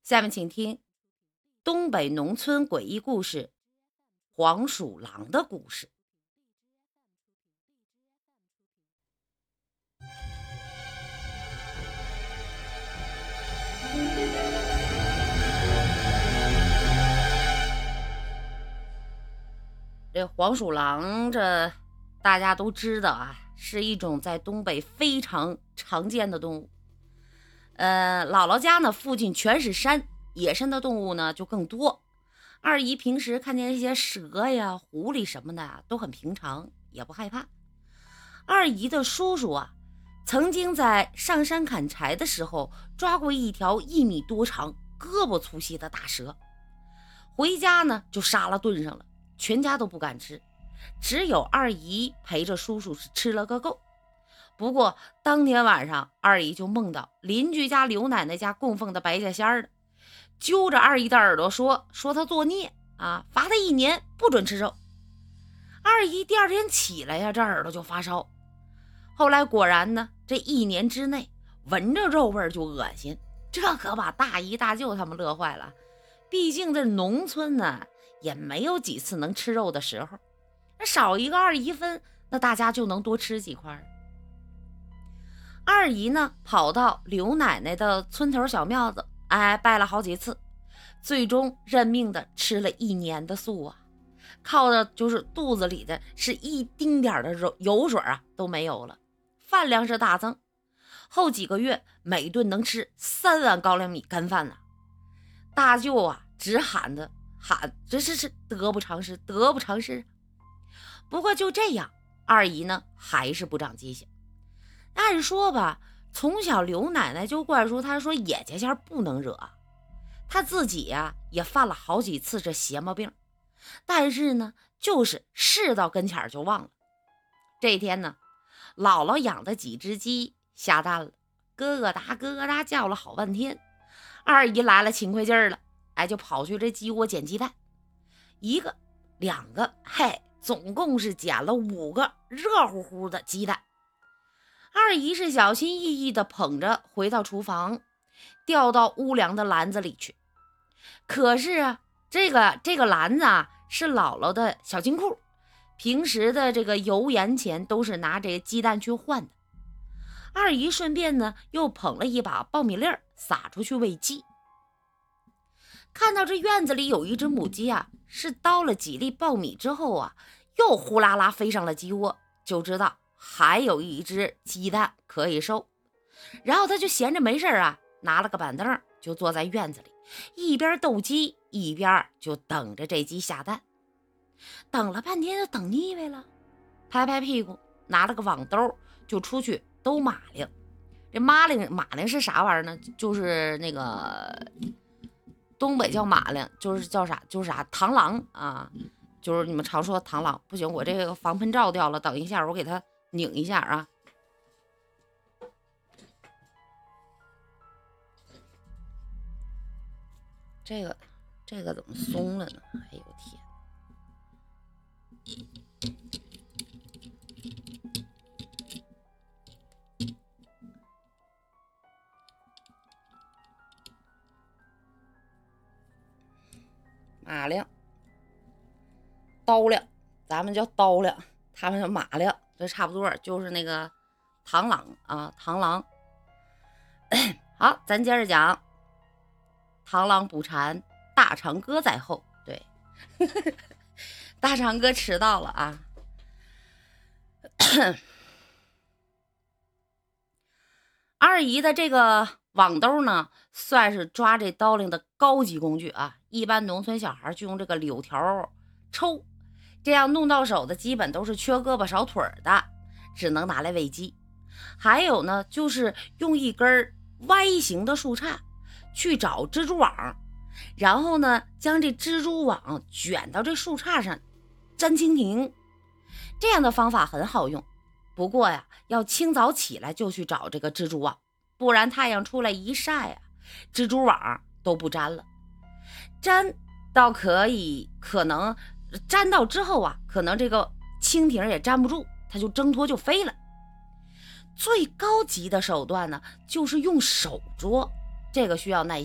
下面请听东北农村诡异故事黄鼠狼的故事。这黄鼠狼大家都知道啊，是一种在东北非常常见的动物。姥姥家呢附近全是山，野生的动物呢就更多。二姨平时看见一些蛇呀、狐狸什么的都很平常，也不害怕。二姨的叔叔啊，曾经在上山砍柴的时候抓过一条1米多长、胳膊粗细的大蛇，回家呢就杀了炖上了，全家都不敢吃，只有二姨陪着叔叔是吃了个够。不过当天晚上，二姨就梦到邻居家刘奶奶家供奉的白家仙儿了，揪着二姨的耳朵说她作孽啊，罚她1年不准吃肉。二姨第二天起来呀，这耳朵就发烧。后来果然呢，这1年之内闻着肉味就恶心，这可把大姨大舅他们乐坏了。毕竟这农村呢，也没有几次能吃肉的时候，少一个二姨分，那大家就能多吃几块。二姨呢跑到刘奶奶的村头小庙子，拜了好几次，最终认命的吃了1年的素啊，靠的就是肚子里的是一丁点的油水啊都没有了，饭量是大增，后几个月每顿能吃3碗高粱米干饭呢。大舅啊直喊这是得不偿失，得不偿失。不过就这样，二姨呢还是不长记性。按说吧，从小刘奶奶就灌输她说野家仙不能惹，她自己呀也犯了好几次这邪毛病，但是呢就是事到跟前就忘了。这一天呢，姥姥养的几只鸡下蛋了，咯咯哒咯咯哒叫了好半天。二姨来了勤快劲儿了，就跑去这鸡窝捡鸡蛋，1个2个，总共是捡了5个热乎乎的鸡蛋。二姨是小心翼翼地捧着回到厨房，掉到屋梁的篮子里去。可是啊，这个篮子啊是姥姥的小金库，平时的这个油盐钱都是拿这个鸡蛋去换的。二姨顺便呢又捧了一把苞米粒儿撒出去喂鸡。看到这院子里有一只母鸡啊，是叨了几粒苞米之后啊，又呼啦啦飞上了鸡窝，就知道还有一只鸡蛋可以收。然后他就闲着没事啊，拿了个板凳就坐在院子里，一边斗鸡一边就等着这鸡下蛋。等了半天就等腻歪了，拍拍屁股拿了个网兜就出去兜马铃。这马铃是啥玩意儿呢？就是那个东北叫马铃，就是叫啥螳螂啊，就是你们常说的螳螂。不行，我这个防喷罩掉了，等一下我给它拧一下啊。这个怎么松了呢？哎呦天！马铃、刀梁，咱们叫刀梁，他们叫马铃，这差不多，就是那个螳螂啊，螳螂。好，咱接着讲，螳螂捕蝉，大长哥在后。对，大长哥迟到了啊。二姨的这个网兜呢，算是抓这刀令的高级工具啊。一般农村小孩就用这个柳条抽，这样弄到手的基本都是缺胳膊少腿的，只能拿来喂鸡。还有呢，就是用一根歪形的树杈去找蜘蛛网，然后呢将这蜘蛛网卷到这树杈上粘蜻蜓。这样的方法很好用，不过呀，要清早起来就去找这个蜘蛛网，不然太阳出来一晒啊，蜘蛛网都不粘了。粘到可能粘到之后啊，可能这个蜻蜓也粘不住，它就挣脱就飞了。最高级的手段呢，就是用手捉，这个需要耐心，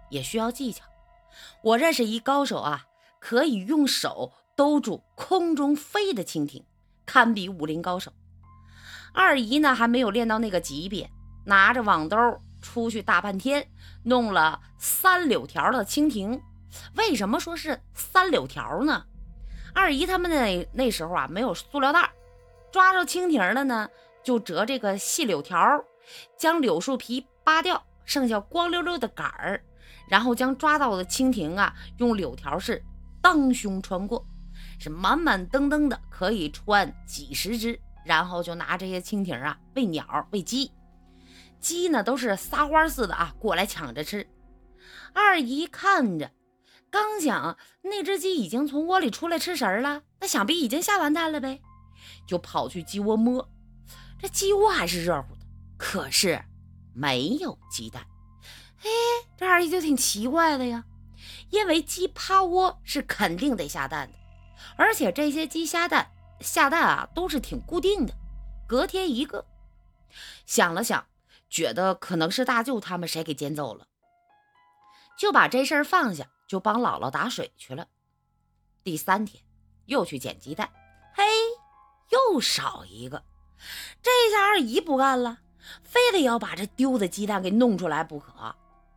也需要技巧。我认识一高手啊，可以用手兜住空中飞的蜻蜓，堪比武林高手。二姨呢还没有练到那个级别，拿着网兜出去大半天，弄了3柳条的蜻蜓。为什么说是3柳条呢？二姨他们那时候啊没有塑料袋，抓着蜻蜓的呢就折这个细柳条，将柳树皮扒掉，剩下光溜溜的杆儿，然后将抓到的蜻蜓啊用柳条是当胸穿过，是满满登登的可以穿几十只，然后就拿这些蜻蜓啊喂鸟喂鸡。鸡呢都是撒欢似的啊过来抢着吃。二姨看着，刚想那只鸡已经从窝里出来吃食了，那想必已经下完蛋了呗，就跑去鸡窝摸。这鸡窝还是热乎的，可是没有鸡蛋。这二姨就挺奇怪的呀，因为鸡趴窝是肯定得下蛋的，而且这些鸡下蛋啊都是挺固定的，隔天一个。想了想，觉得可能是大舅他们谁给捡走了，就把这事儿放下，就帮姥姥打水去了。第3天又去捡鸡蛋，又少一个。这下二姨不干了，非得要把这丢的鸡蛋给弄出来不可。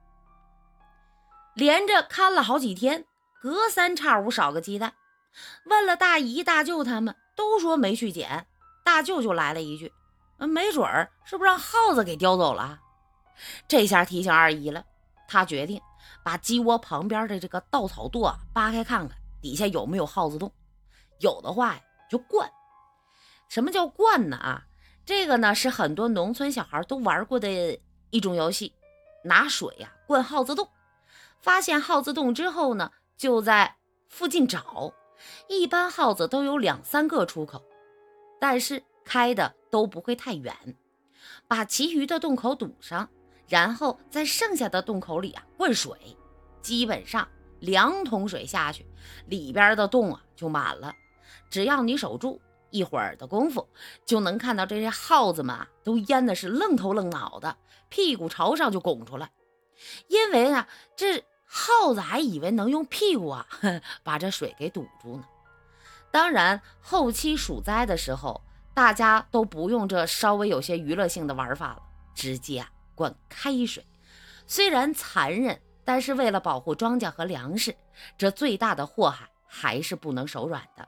连着看了好几天，隔3差5少个鸡蛋。问了大姨大舅他们，都说没去捡。大舅就来了一句，没准儿是不是让耗子给叼走了。这下提醒二姨了，他决定把鸡窝旁边的这个稻草垛扒开看看底下有没有耗子洞，有的话呀就灌。什么叫灌呢啊？这个呢是很多农村小孩都玩过的一种游戏，拿水呀灌耗子洞，发现耗子洞之后呢，就在附近找，一般耗子都有2、3个出口，但是开的都不会太远，把其余的洞口堵上，然后在剩下的洞口里灌水，基本上2桶水下去，里边的洞就满了。只要你守住，一会儿的功夫就能看到这些耗子们都淹的是愣头愣脑的，屁股朝上就拱出来。因为这耗子还以为能用屁股把这水给堵住呢。当然后期暑灾的时候，大家都不用这稍微有些娱乐性的玩法了，直接灌开水。虽然残忍，但是为了保护庄稼和粮食，这最大的祸害还是不能手软的。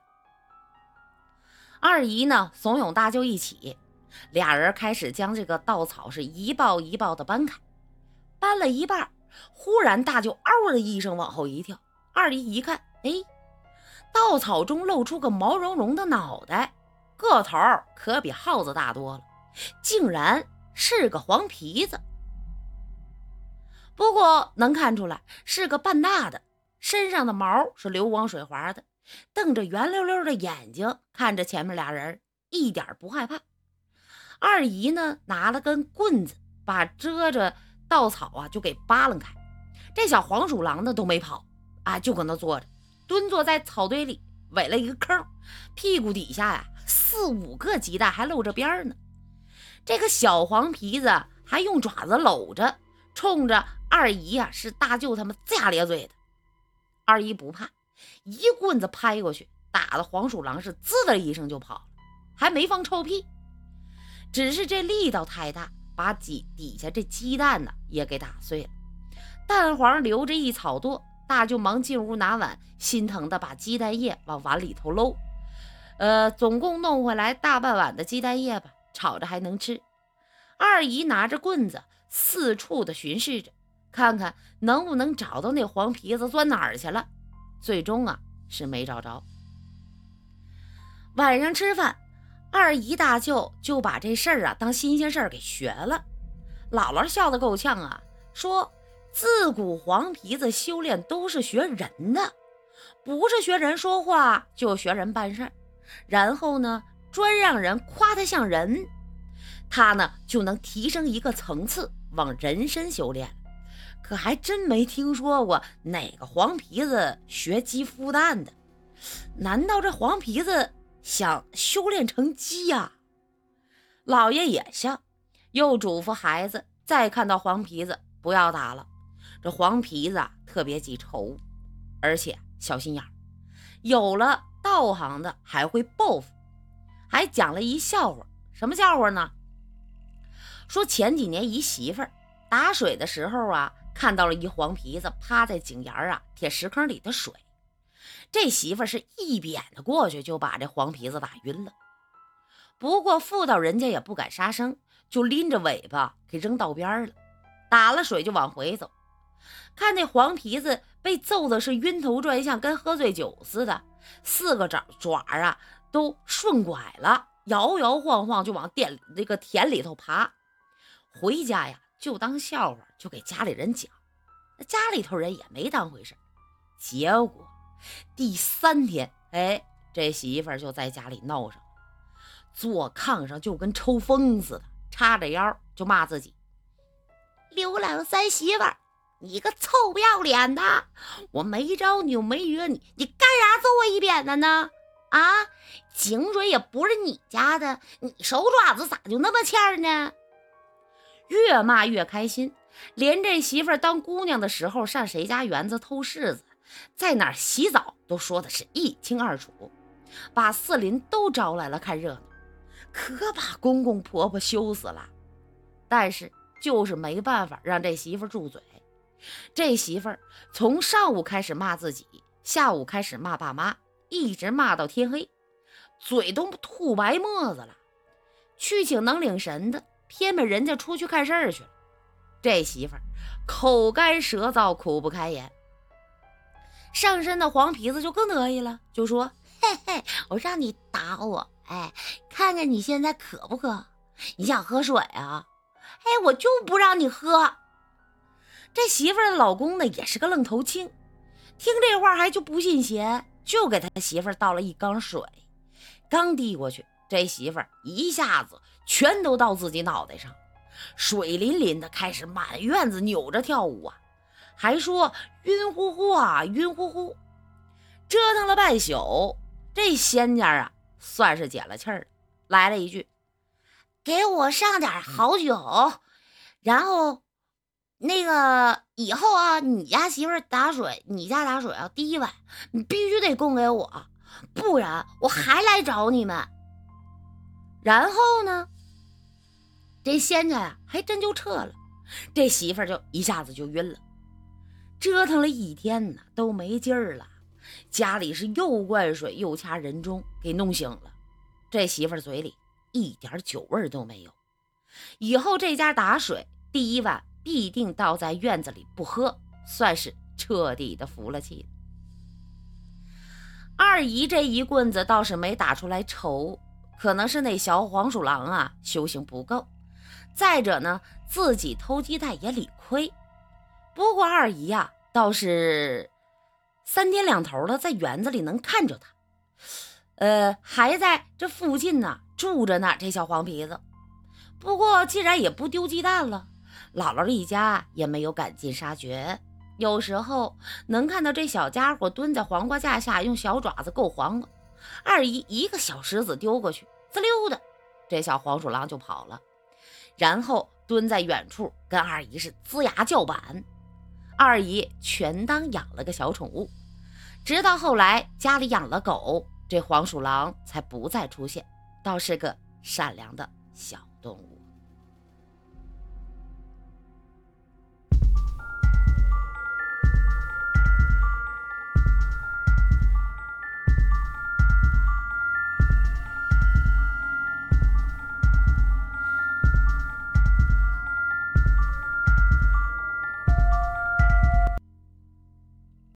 二姨呢怂恿大舅一起，俩人开始将这个稻草是一抱一抱的搬开。搬了一半，忽然大舅嗷的一声往后一跳，二姨一看，稻草中露出个毛茸茸的脑袋，个头可比耗子大多了，竟然是个黄皮子。不过能看出来是个半大的，身上的毛是流光水滑的，瞪着圆溜溜的眼睛看着前面俩人，一点不害怕。二姨呢拿了根棍子，把遮着稻草就给扒拉开。这小黄鼠狼呢都没跑就搁那坐着，蹲坐在草堆里围了一个坑，屁股底下4、5个鸡蛋还露着边呢。这个小黄皮子还用爪子搂着，冲着二姨是大舅他们龇牙咧嘴的。二姨不怕，一棍子拍过去，打的黄鼠狼是滋的一声就跑了，还没放臭屁。只是这力道太大，把底下这鸡蛋也给打碎了，蛋黄留着一草垛。大舅忙进屋拿碗，心疼的把鸡蛋液往碗里头搂。总共弄回来大半碗的鸡蛋液吧，炒着还能吃。二姨拿着棍子四处的巡视着，看看能不能找到那黄皮子钻哪儿去了。最终是没找着。晚上吃饭，二姨大舅就把这事儿当新鲜事儿给学了。姥姥笑得够呛说自古黄皮子修炼都是学人的，不是学人说话，就学人办事儿，然后呢专让人夸他像人，他呢就能提升一个层次，往人身修炼。可还真没听说过哪个黄皮子学鸡孵蛋的，难道这黄皮子想修炼成鸡呀？老爷也笑，又嘱咐孩子再看到黄皮子不要打了， 这黄皮子特别记仇，而且小心眼儿，有了道行的还会报复，还讲了一笑话。什么笑话呢？说前几年一媳妇儿打水的时候啊，看到了一黄皮子趴在井沿啊铁石坑里的水，这媳妇儿是一扁的过去就把这黄皮子打晕了。不过妇道人家也不敢杀生，就拎着尾巴给扔道边了，打了水就往回走。看那黄皮子被揍的是晕头转向，跟喝醉酒似的，4个爪啊都顺拐了，摇摇晃晃就往那个田里头爬。回家呀就当笑话，就给家里人讲，家里头人也没当回事。结果第3天，这媳妇儿就在家里闹上了，坐炕上就跟抽风似的，叉着腰就骂自己：刘老三媳妇儿，你个臭不要脸的，我没招你又没惹你，你干啥揍我一扁的呢？啊，井水也不是你家的，你手爪子咋就那么欠呢？越骂越开心，连这媳妇儿当姑娘的时候上谁家园子偷柿子，在哪儿洗澡都说的是一清二楚，把4邻都招来了看热闹，可把公公婆婆羞死了。但是就是没办法让这媳妇儿住嘴。这媳妇儿从上午开始骂自己，下午开始骂爸妈，一直骂到天黑，嘴都吐白沫子了。去请能领神的，偏偏人家出去看事儿去了。这媳妇儿口干舌燥，苦不堪言。上身的黄皮子就更得意了，就说：嘿嘿，我让你打我，看看你现在渴不渴？你想喝水啊？我就不让你喝。这媳妇儿的老公呢也是个愣头青，听这话还就不信邪，就给他媳妇儿倒了一缸水，刚递过去，这媳妇儿一下子全都到自己脑袋上，水淋淋的开始满院子扭着跳舞啊，还说晕乎乎啊晕乎乎。折腾了半宿，这仙家啊算是解了气儿了，来了一句：给我上点好酒，然后那个以后啊，你家媳妇儿打水，你家打水啊，第一碗你必须得供给我，不然我还来找你们。然后呢，这仙家呀还真就撤了，这媳妇儿就一下子就晕了。折腾了一天呢，都没劲儿了，家里是又灌水又掐人中，给弄醒了。这媳妇儿嘴里一点酒味都没有。以后这家打水，第一碗必定倒在院子里不喝，算是彻底的服了气了。二姨这一棍子倒是没打出来仇，可能是那小黄鼠狼啊修行不够，再者呢自己偷鸡蛋也理亏。不过二姨啊倒是3天2头的在园子里能看着他，还在这附近呢住着呢这小黄皮子。不过既然也不丢鸡蛋了，姥姥一家也没有赶尽杀绝，有时候能看到这小家伙蹲在黄瓜架下用小爪子够黄瓜，二姨一个小石子丢过去，滋溜的这小黄鼠狼就跑了，然后蹲在远处跟二姨是龇牙叫板。二姨全当养了个小宠物，直到后来家里养了狗，这黄鼠狼才不再出现，倒是个善良的小动物。